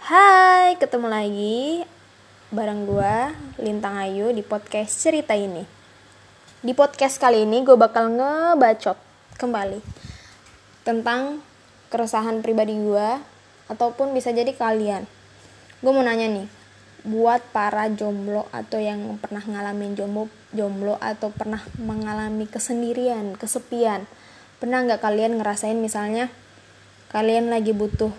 Hai, ketemu lagi bareng gue, Lintang Ayu, di podcast cerita ini. Di podcast kali ini gue bakal ngebacot kembali tentang keresahan pribadi gue, ataupun bisa jadi kalian. Gue mau nanya nih, buat para jomblo atau yang pernah ngalamin jomblo atau pernah mengalami kesendirian, kesepian. Pernah gak kalian ngerasain misalnya kalian lagi butuh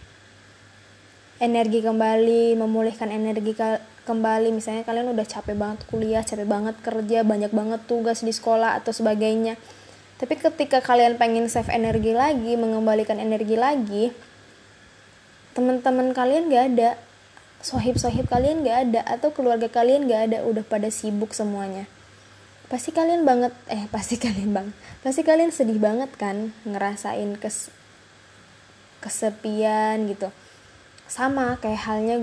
energi kembali, memulihkan energi kembali. Misalnya kalian udah capek banget kuliah, capek banget kerja, banyak banget tugas di sekolah atau sebagainya. Tapi ketika kalian pengen save energi lagi, mengembalikan energi lagi, teman-teman kalian gak ada, sohib-sohib kalian gak ada, atau keluarga kalian gak ada, udah pada sibuk semuanya. Pasti kalian sedih banget kan ngerasain kesepian gitu. Sama kayak halnya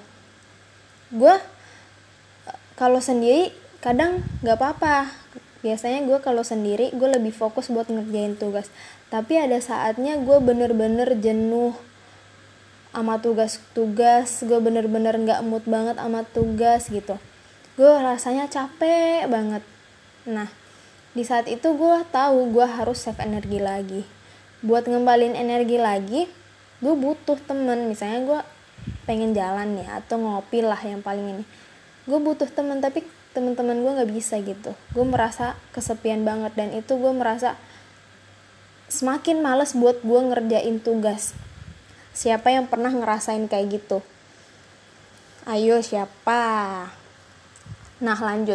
gue kalau sendiri kadang gak apa-apa. Biasanya gue kalau sendiri gue lebih fokus buat ngerjain tugas. Tapi ada saatnya gue bener-bener jenuh sama tugas-tugas, gue bener-bener gak mood banget sama tugas gitu. Gue rasanya capek banget. Nah, di saat itu gue tahu gue harus save energi lagi. Buat ngembalin energi lagi, gue butuh temen. Misalnya gue pengen jalan nih atau ngopi lah, yang paling ini gue butuh temen, tapi teman-teman gue nggak bisa gitu. Gue merasa kesepian banget, dan itu gue merasa semakin males buat gue ngerjain tugas. Siapa yang pernah ngerasain kayak gitu? Ayo, siapa? Nah, lanjut.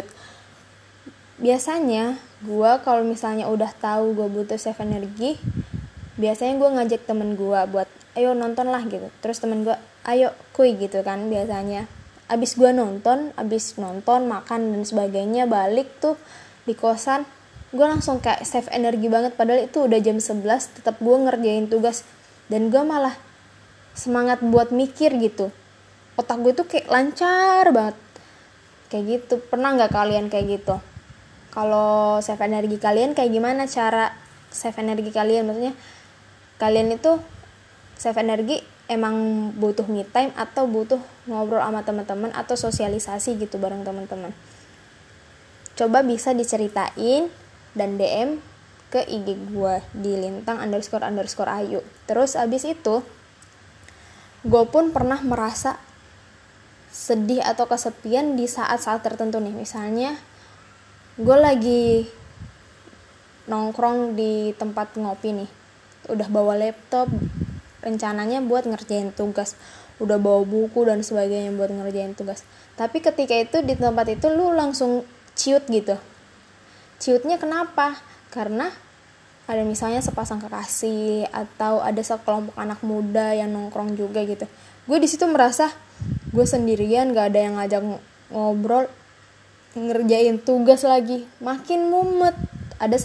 Biasanya gue kalau misalnya udah tahu gue butuh save energi, biasanya gue ngajak temen gue buat ayo nonton lah gitu. Terus temen gue ayo kuy gitu kan biasanya. Abis nonton, makan dan sebagainya, balik tuh di kosan, gue langsung kayak save energi banget. Padahal itu udah jam 11, tetap gue ngerjain tugas. Dan gue malah semangat buat mikir gitu. Otak gue tuh kayak lancar banget. Kayak gitu. Pernah gak kalian kayak gitu? Kalau save energi kalian kayak gimana cara save energi kalian? Maksudnya kalian itu save energi emang butuh me time atau butuh ngobrol sama teman-teman atau sosialisasi gitu bareng teman-teman? Coba bisa diceritain dan DM ke IG gue di lintang__ayu. Terus abis itu gue pun pernah merasa sedih atau kesepian di saat-saat tertentu nih. Misalnya gue lagi nongkrong di tempat ngopi nih, udah bawa laptop, rencananya buat ngerjain tugas, udah bawa buku dan sebagainya buat ngerjain tugas. Tapi ketika itu di tempat itu lu langsung ciut gitu. Ciutnya kenapa? Karena ada misalnya sepasang kekasih atau ada sekelompok anak muda yang nongkrong juga gitu. Gue di situ merasa gue sendirian, gak ada yang ngajak ngobrol, ngerjain tugas lagi, makin mumet. Ada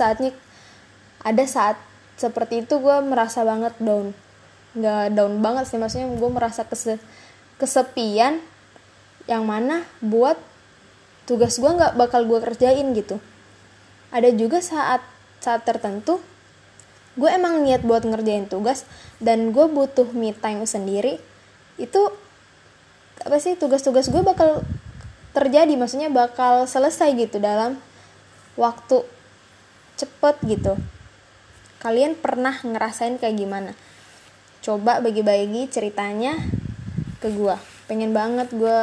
saat seperti itu gue merasa banget down. Gak down banget sih, maksudnya gue merasa kesepian, yang mana buat tugas gue gak bakal gue kerjain gitu. Ada juga saat tertentu gue emang niat buat ngerjain tugas dan gue butuh me time sendiri. Itu tugas-tugas gue bakal terjadi, maksudnya bakal selesai gitu dalam waktu cepet gitu. Kalian pernah ngerasain kayak gimana? Coba bagi-bagi ceritanya ke gue. Pengen banget gue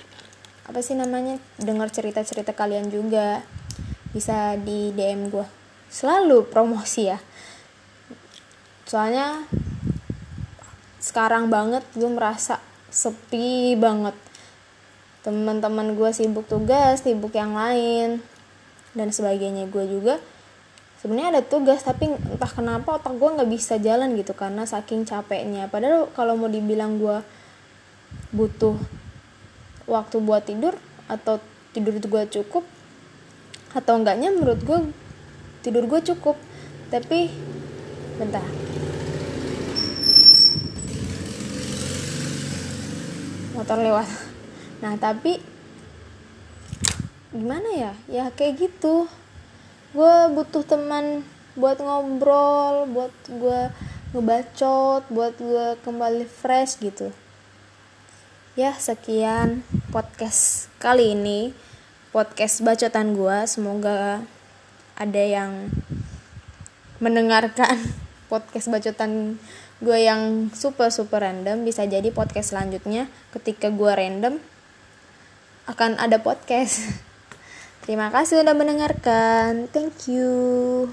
dengar cerita-cerita kalian juga. Bisa di DM gue. Selalu promosi ya. Soalnya sekarang banget gue merasa sepi banget. Teman-teman gue sibuk tugas, sibuk yang lain dan sebagainya. Gue juga sebenarnya ada tugas, tapi entah kenapa otak gue nggak bisa jalan gitu karena saking capeknya. Padahal kalau mau dibilang gue butuh waktu buat tidur atau tidur gue cukup atau enggaknya, menurut gue tidur gue cukup. Tapi bentar, motor lewat. Nah, tapi gimana ya? Ya kayak gitu. Gue butuh teman buat ngobrol, buat gue ngebacot, buat gue kembali fresh gitu. Ya, sekian podcast kali ini, podcast bacotan gue. Semoga ada yang mendengarkan podcast bacotan gue yang super random. Bisa jadi podcast selanjutnya ketika gue random akan ada podcast. Terima kasih sudah mendengarkan. Thank you.